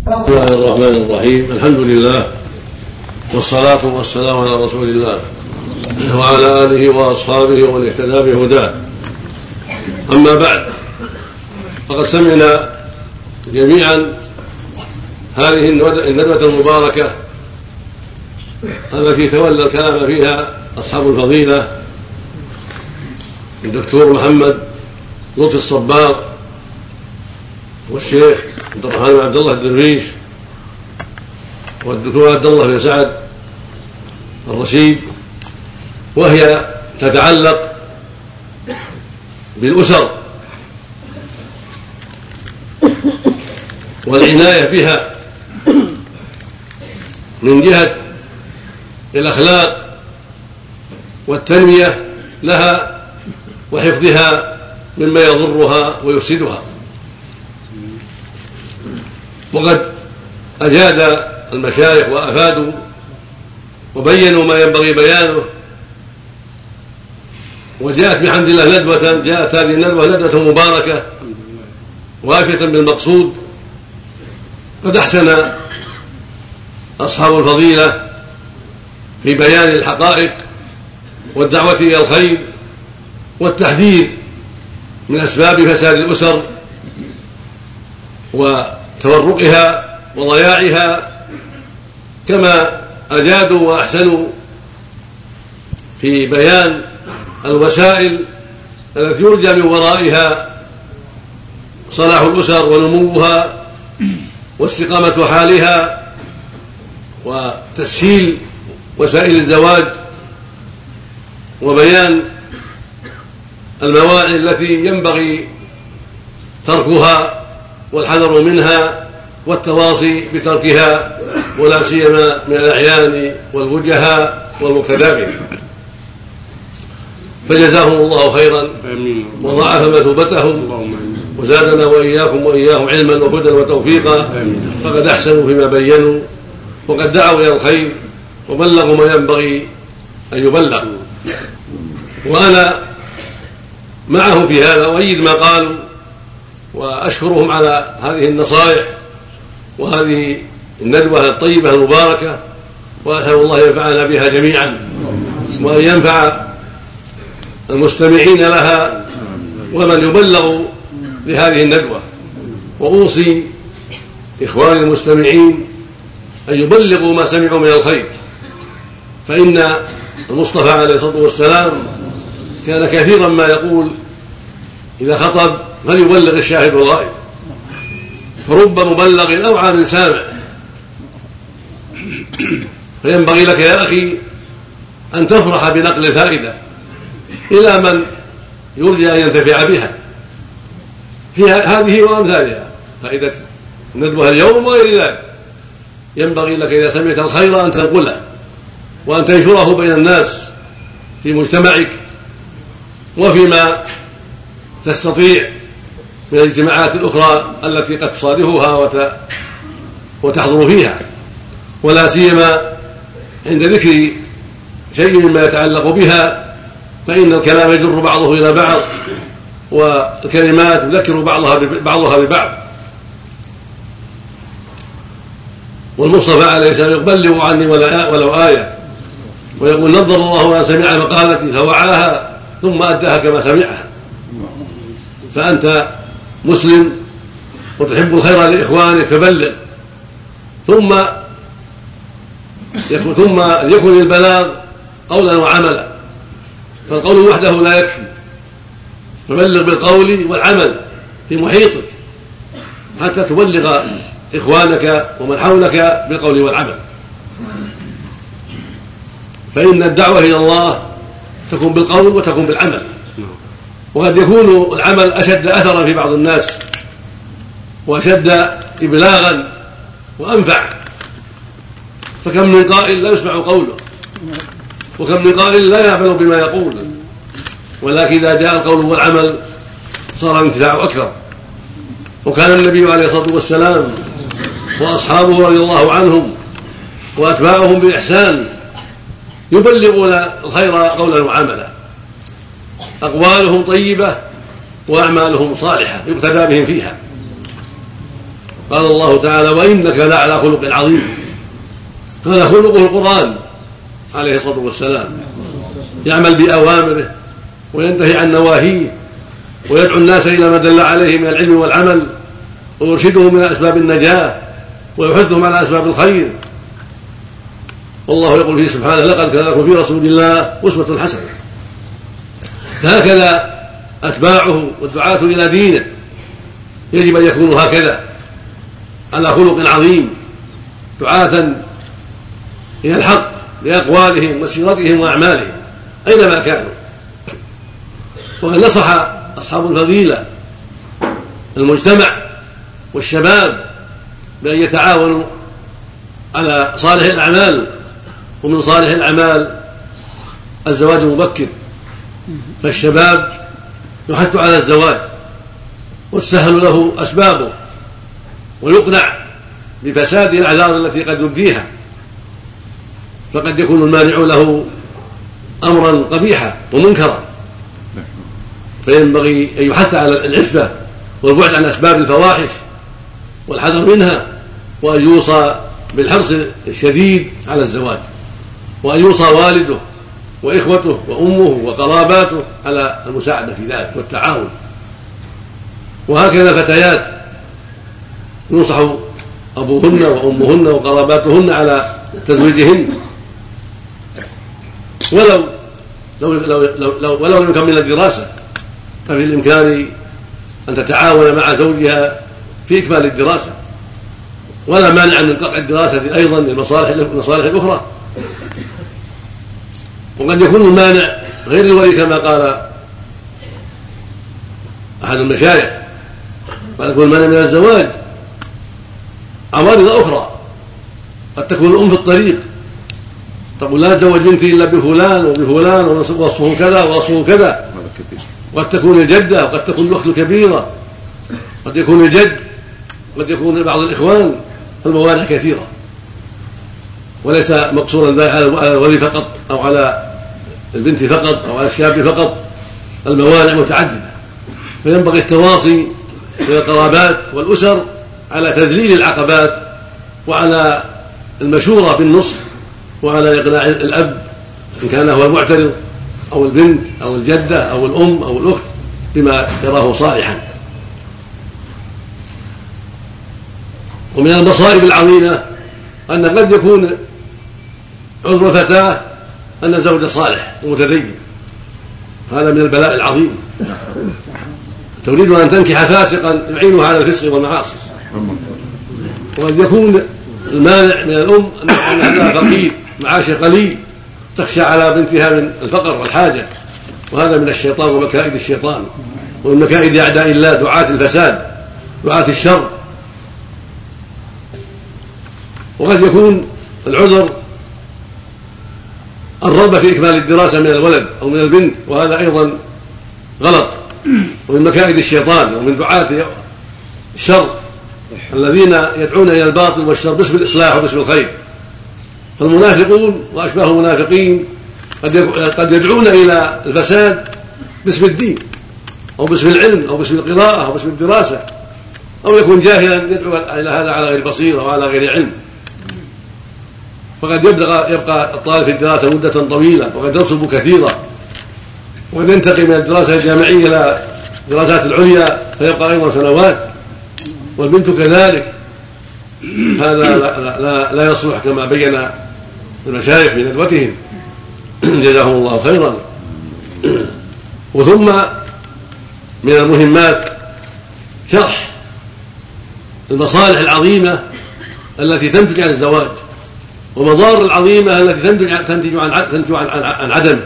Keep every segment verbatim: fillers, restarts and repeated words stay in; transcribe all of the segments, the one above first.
بسم الله الرحمن الرحيم. الحمد لله والصلاة والسلام على رسول الله وعلى آله وأصحابه ومن اهتدى بهداه. أما بعد، فقد سمعنا جميعا هذه الندوة المباركة التي تولى الكلام فيها أصحاب الفضيلة الدكتور محمد لطفي الصباغ والشيخ عبد الرحمن بن عبد الله الدرويش والدكتور عبد الله بن سعد الرشيد، وهي تتعلق بالأسر والعناية بها من جهة الأخلاق والتنمية لها وحفظها مما يضرها ويفسدها. وقد أجاد المشايخ وأفادوا وبينوا ما ينبغي بيانه، وجاءت بحمد الله ندوة جاءت هذه الندوة ندوة مباركة وافية بالمقصود. قد أحسن أصحاب الفضيلة في بيان الحقائق والدعوة إلى الخير والتحذير من أسباب فساد الأسر وتورقها وضياعها، كما أجادوا وأحسنوا في بيان الوسائل التي يرجى من ورائها صلاح الأسر ونموها واستقامة حالها وتسهيل وسائل الزواج، وبيان المواعظ التي ينبغي تركها والحذر منها والتواصي بتركها، ولا سيما من الأعيان والوجهاء والمقتدى بهم. فجزاهم الله خيرا وضاعف مثوبتهم وزادنا وإياكم وإياهم علما وهدى وتوفيقا. فقد أحسنوا فيما بينوا وقد دعوا إلى الخير وبلغوا ما ينبغي أن يبلغ، وأنا معه في هذا وأيد ما قالوا وأشكرهم على هذه النصائح وهذه الندوة الطيبة المباركة، وأسأل الله ينفعنا بها جميعا وأن ينفع المستمعين لها ومن يبلغ لهذه الندوة. وأوصي إخواني المستمعين أن يبلغوا ما سمعوا من الخير، فإن المصطفى عليه الصلاة والسلام كان كثيرا ما يقول إذا خطب فليبلغ الشاهد الغائب، فرب مبلغ أوعى من سامع. فينبغي لك يا أخي أن تفرح بنقل الفائدة إلى من يرجى أن ينتفع بها في هذه وأمثالها، فائدة ندوة اليوم وغير ذلك. ينبغي لك إذا سمعت الخير أن تنقله وأن تنشره بين الناس في مجتمعك وفيما تستطيع من الاجتماعات الأخرى التي قد تصادفها وتحضر فيها، ولا سيما عند ذكر شيء مما يتعلق بها، فإن الكلام يجر بعضه إلى بعض والكلمات يذكر بعضها بعضها ببعض. والمصطفى عليه السلام يبلغ عني ولو آية، ويقول نظر الله ما سمع مقالتي فوعاها ثم أداها كما سمعها. فأنت مسلم وتحب الخير لإخوانك فبلغ، ثم يكون ثم يكون البلاغ قولا وعملا، فالقول وحده لا يكفي، فبلغ بالقول والعمل في محيطك حتى تبلغ إخوانك ومن حولك بالقول والعمل. فإن الدعوة إلى الله تكون بالقول وتكون بالعمل، وقد يكون العمل أشد أثرا في بعض الناس وأشد إبلاغا وأنفع. فكم من قائل لا يسمع قوله، وكم من قائل لا يعمل بما يقول، ولكن إذا جاء القول والعمل صار الانتفاع أكثر. وكان النبي عليه الصلاة والسلام وأصحابه رضي الله عنهم وأتباعهم بإحسان يبلغون الخير قولا وعملا، أقوالهم طيبة وأعمالهم صالحة يقتدى بهم فيها. قال الله تعالى: وإنك لعلى خلق عظيم. هذا خلقه القرآن عليه الصلاة والسلام، يعمل بأوامره وينتهي عن نواهيه ويدعو الناس إلى ما دل عليه من العلم والعمل، ويرشدهم إلى أسباب النجاة ويحثهم على أسباب الخير. والله يقول فيه سبحانه: لقد كان لكم في رسول الله أسوة حسنة. فهكذا أتباعه والدعاة إلى دينه يجب أن يكونوا هكذا على خلق عظيم، دعاة إلى الحق بأقوالهم وسيرتهم وأعمالهم أينما كانوا. وقد نصح أصحاب الفضيلة المجتمع والشباب بأن يتعاونوا على صالح الأعمال، ومن صالح الأعمال الزواج المبكر. فالشباب يحث على الزواج وتسهل له أسبابه ويقنع بفساد الأعذار التي قد يبديها، فقد يكون المانع له أمرا قبيحا ومنكرا، فينبغي أن يحث على العفة والبعد عن أسباب الفواحش والحذر منها، وأن يوصى بالحرص الشديد على الزواج، وأن يوصى والده وإخوته وأمه وقراباته على المساعدة في ذلك والتعاون. وهكذا فتيات ينصح أبوهن وأمهن وقراباتهن على تزويجهن، ولو لو لو لو لو ولو لم يكمل الدراسة ففي الإمكان أن تتعاون مع زوجها في إكمال الدراسة، ولا مانع من قطع الدراسة أيضا للمصالح المصالح الأخرى. وقد يكون المانع غير الولي كما قال أحد المشايخ، قد يكون المانع من الزواج عوارض أخرى. قد تكون الأم في الطريق تقول: لا أتزوج بنتي إلا بفلان وبفلان ووصفه كذا ووصفه كذا. وقد تكون الجدة، وقد تكون الأخت الكبيرة، قد يكون الجد، قد يكون بعض الإخوان. الموانع كثيرة، وليس مقصورا ذلك على الولي فقط أو على البنت فقط أو على الشاب فقط، الموانع متعددة. فينبغي التواصي بين القرابات والأسر على تذليل العقبات، وعلى المشورة بالنصح، وعلى إقناع الأب إن كان هو المعترض أو البنت أو الجدة أو الأم أو الأخت بما يراه صالحا. ومن المصائب العظيمة أن قد يكون عذر الفتاة أن الزوج صالح ومتدين، هذا من البلاء العظيم. تريد أن تنكح فاسقا يعينها على الفسق والمعاصي. وقد يكون المانع من الأم أنها فقير معاش قليل، تخشى على بنتها من الفقر والحاجة، وهذا من الشيطان ومكائد الشيطان، ومن مكائد أعداء الله دعاة الفساد دعاة الشر. وقد يكون العذر الرغبة في إكمال الدراسة من الولد أو من البنت، وهذا أيضا غلط ومن مكائد الشيطان ومن دعاة الشر الذين يدعون إلى الباطل والشر باسم الإصلاح وباسم الخير. فالمنافقون وأشباه المنافقين قد يدعون إلى الفساد باسم الدين أو باسم العلم أو باسم القراءة أو باسم الدراسة، أو يكون جاهلا يدعو إلى هذا على غير بصيرة وعلى غير علم. فقد يبقى, يبقى الطالب في الدراسة مدة طويلة، وقد يرسب كثيرا، وقد ينتقل من الدراسة الجامعية إلى الدراسات العليا فيبقى أيضا سنوات، والبنت كذلك. هذا لا, لا, لا يصلح كما بين المشايخ في ندوتهم جزاهم الله خيرا. وثم من المهمات شرح المصالح العظيمة التي تنتج عن الزواج، ومضار العظيمة التي تنتج عن تنتج عن عدمه.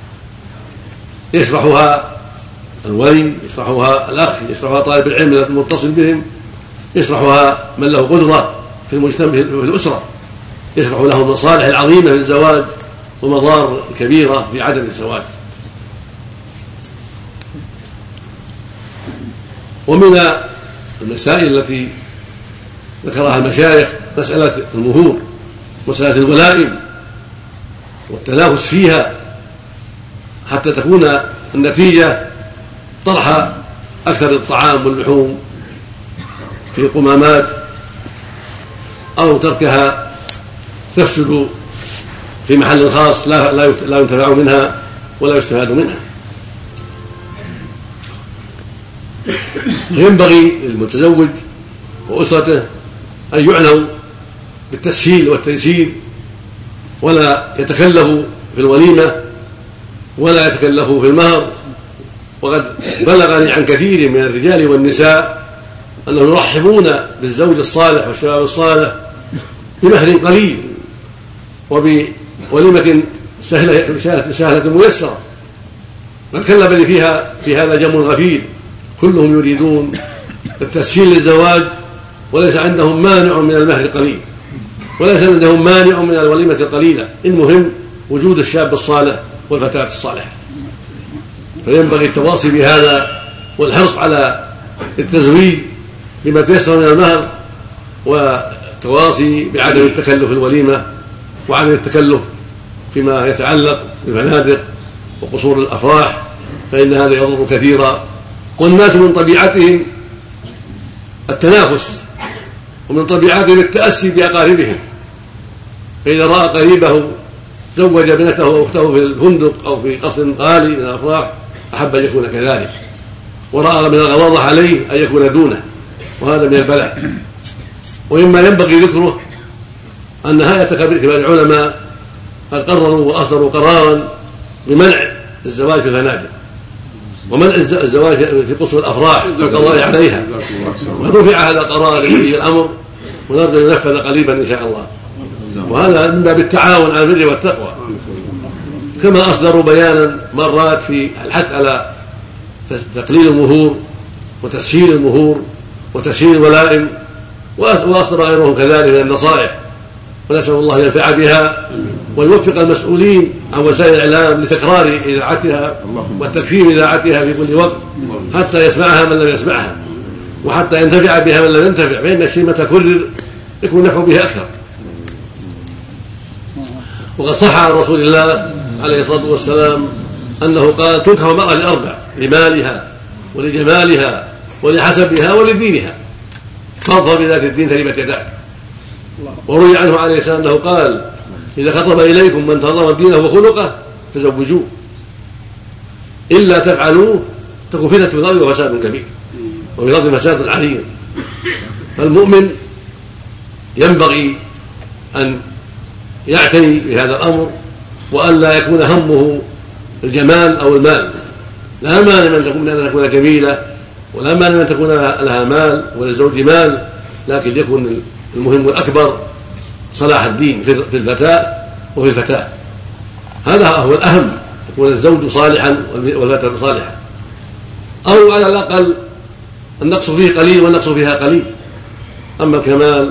يشرحها الولي، يشرحها الأخ، يشرحها طالب العلم المتصل بهم، يشرحها من له قدرة في المجتمع في الأسرة، يشرح له المصالح العظيمة في الزواج ومضار كبيرة في عدم الزواج. ومن المسائل التي ذكرها المشايخ مسألة المهور، مسألة الولائم والتنافس فيها، حتى تكون النتيجة طرح أكثر الطعام واللحوم في قمامات أو تركها تفسد في محل خاص لا لا ينتفع منها ولا يستفاد منها. ينبغي للمتزوج وأسرته أن يعنوا بالتسهيل والتيسير، ولا يتكلفوا في الوليمة ولا يتكلفوا في المهر. وقد بلغني عن كثير من الرجال والنساء أنهم يرحبون بالزوج الصالح والشباب الصالح بمهر قليل وبوليمة سهلة, سهلة ميسرة. قد كلمني فيها في هذا جم غفير كلهم يريدون التسهيل للزواج، وليس عندهم مانع من المهر القليل، وليس عندهم مانع من الوليمة القليلة، المهم وجود الشاب الصالح والفتاة الصالحة. فينبغي التواصي بهذا والحرص على التزويج بما تيسر من المهر، والتواصي بعدم التكلف الوليمة وعدم التكلف فيما يتعلق بالفنادق وقصور الأفراح، فإن هذا يضر كثيرا. والناس من طبيعتهم التنافس، ومن طبيعتهم التأسي بأقاربهم، فإذا رأى قريبه زوج ابنته أو أخته في الفندق أو في قصر غالي من الأفراح أحب أن يكون كذلك، ورأى من الغضاضة عليه أن يكون دونه، وهذا من البلاء. ومما ينبغي ذكره أن هيئة كبار العلماء قد قرروا وأصدروا قرارا بمنع الزواج في الفنادق ومنع الزواج في قصر الأفراح والقضاء عليها، ورفع هذا القرار لولي الأمر ونرجو أن ينفذ قريبا إن شاء الله. وهذا من باب التعاون على البر والتقوى، كما أصدروا بيانا مرات في الحث على تقليل المهور وتسهيل المهور وتسهيل الولائم، وأصدر غيرهم كذلك من النصائح، ونسأل الله أن ينفع بها ويوفق المسؤولين عن وسائل الإعلام لتكرار إذاعتها والتكفير إذاعتها في كل وقت حتى يسمعها من لم يسمعها، وحتى ينتفع بها من لم ينتفع، فإن الشيء متى كرر يكون نفع به أكثر. وقد صح عن رسول الله عليه الصلاة والسلام أنه قال: تنكح المرأة لأربع: لمالها ولجمالها ولحسبها ولدينها، فاظفر بذات الدين تربت يداك. وروي عنه عليه السلام أنه قال: إذا خطب إليكم من ترضون دينه وخلقه فزوجوه، إلا تفعلوه تكون فتنة في الأرض وفساد كبير، وفي الأرض فساد عظيم. فالمؤمن ينبغي أن يعتني بهذا الأمر، وأن لا يكون همه الجمال أو المال. لا مانع من تكون أن تكون جميلة، ولا مانع من تكون لها مال وللزوج مال، لكن يكون المهم الأكبر صلاح الدين في الفتاة وفي الفتاة. هذا هو الأهم، يكون الزوج صالحا والفتاة صالحة، أو على الأقل النقص فيه قليل والنقص فيها قليل. أما الكمال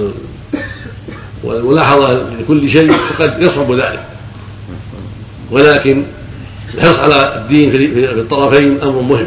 والملاحظة لكل شيء فقد يصعب ذلك، ولكن الحرص على الدين في الطرفين أمر مهم.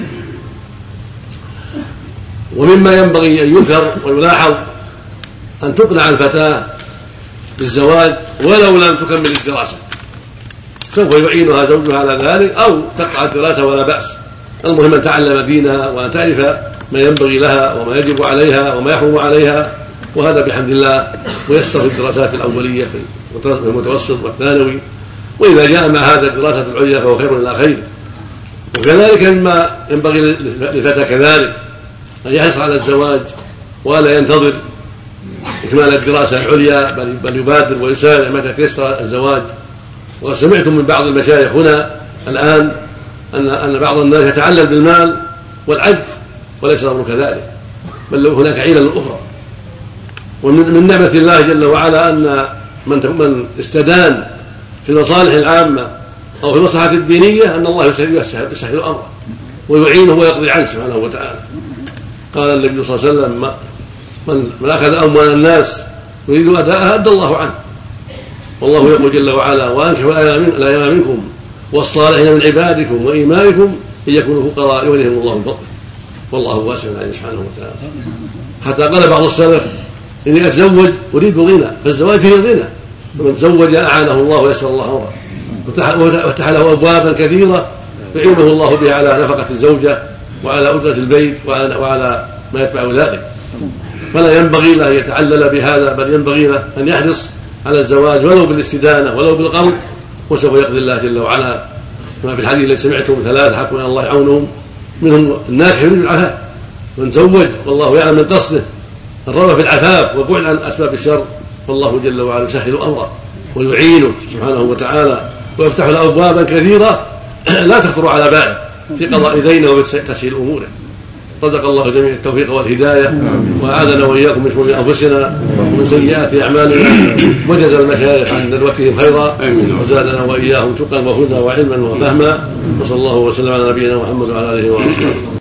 ومما ينبغي أن يذكر ويلاحظ أن تقنع الفتاة بالزواج ولو لم تكمل الدراسة، سوف يعينها زوجها على ذلك، أو تقطع الدراسة ولا بأس، المهم أن تعلم دينها وأن تعرف ما ينبغي لها وما يجب عليها وما يحرم عليها، وهذا بحمد الله ويسر في الدراسات الأولية في المتوسط والثانوي، وإذا جاء مع هذا الدراسة العليا فهو خير إلى خير. وكذلك مما ينبغي للفتى كذلك أن يحرص على الزواج ولا ينتظر إكمال الدراسة العليا، بل يبادر ويسارع متى تيسر الزواج. وقد سمعتم من بعض المشايخ هنا الآن أن أن بعض الناس يتعلل بالمال والعجز، وليس الأمر كذلك، بل هناك علل أخرى. ومن نعمة الله جل وعلا أن من استدان في المصالح العامة أو في المصلحة الدينية أن الله يسهل أمره ويعينه ويقضي عنه سبحانه وتعالى. قال النبي صلى الله عليه وسلم: من من أخذ أموال الناس يريد أداءها أدى الله عنه. والله يقول جل وعلا: وأنكحوا الأيام منكم والصالحين من عبادكم وإيمانكم إن يكونوا فقراء يغنيهم الله من فضله والله واسع عليم سبحانه وتعالى. حتى قال بعض السلف: إني أتزوج أريد الغنى، فالزواج فيه الغنى، ومن تزوج أعانه الله ويسر الله أمره، وفتح له أبوابا كثيرة يعينه الله بها على نفقة الزوجة وعلى أجرة البيت وعلى ما يتبع ذلك. فلا ينبغي له ان يتعلل بهذا، بل ينبغي له ان يحرص على الزواج ولو بالاستدانه ولو بالقرض، وسوف يقضي الله جل وعلا. ما في الحديث الذي سمعتم ثلاثه حق ان الله يعونهم، منهم الناكح يريد العفاف من زوج والله يعلم من قصده، الرغبه في العفاف والبعد عن اسباب الشر، والله جل وعلا يسهل امره ويعينه سبحانه وتعالى ويفتح له ابوابا كثيره لا تخطر على باله في قضاء دينه وتسهيل اموره. رزق الله جميع التوفيق والهدايه، واعاذنا واياكم من شرور انفسنا ومن سيئات اعمالنا، وجزى المشايخ عن ندوتهم خيرا، وزادنا واياهم تقى وهدى وعلما وفهما، وصلى الله وسلم على نبينا محمد وعلى اله واصحابه.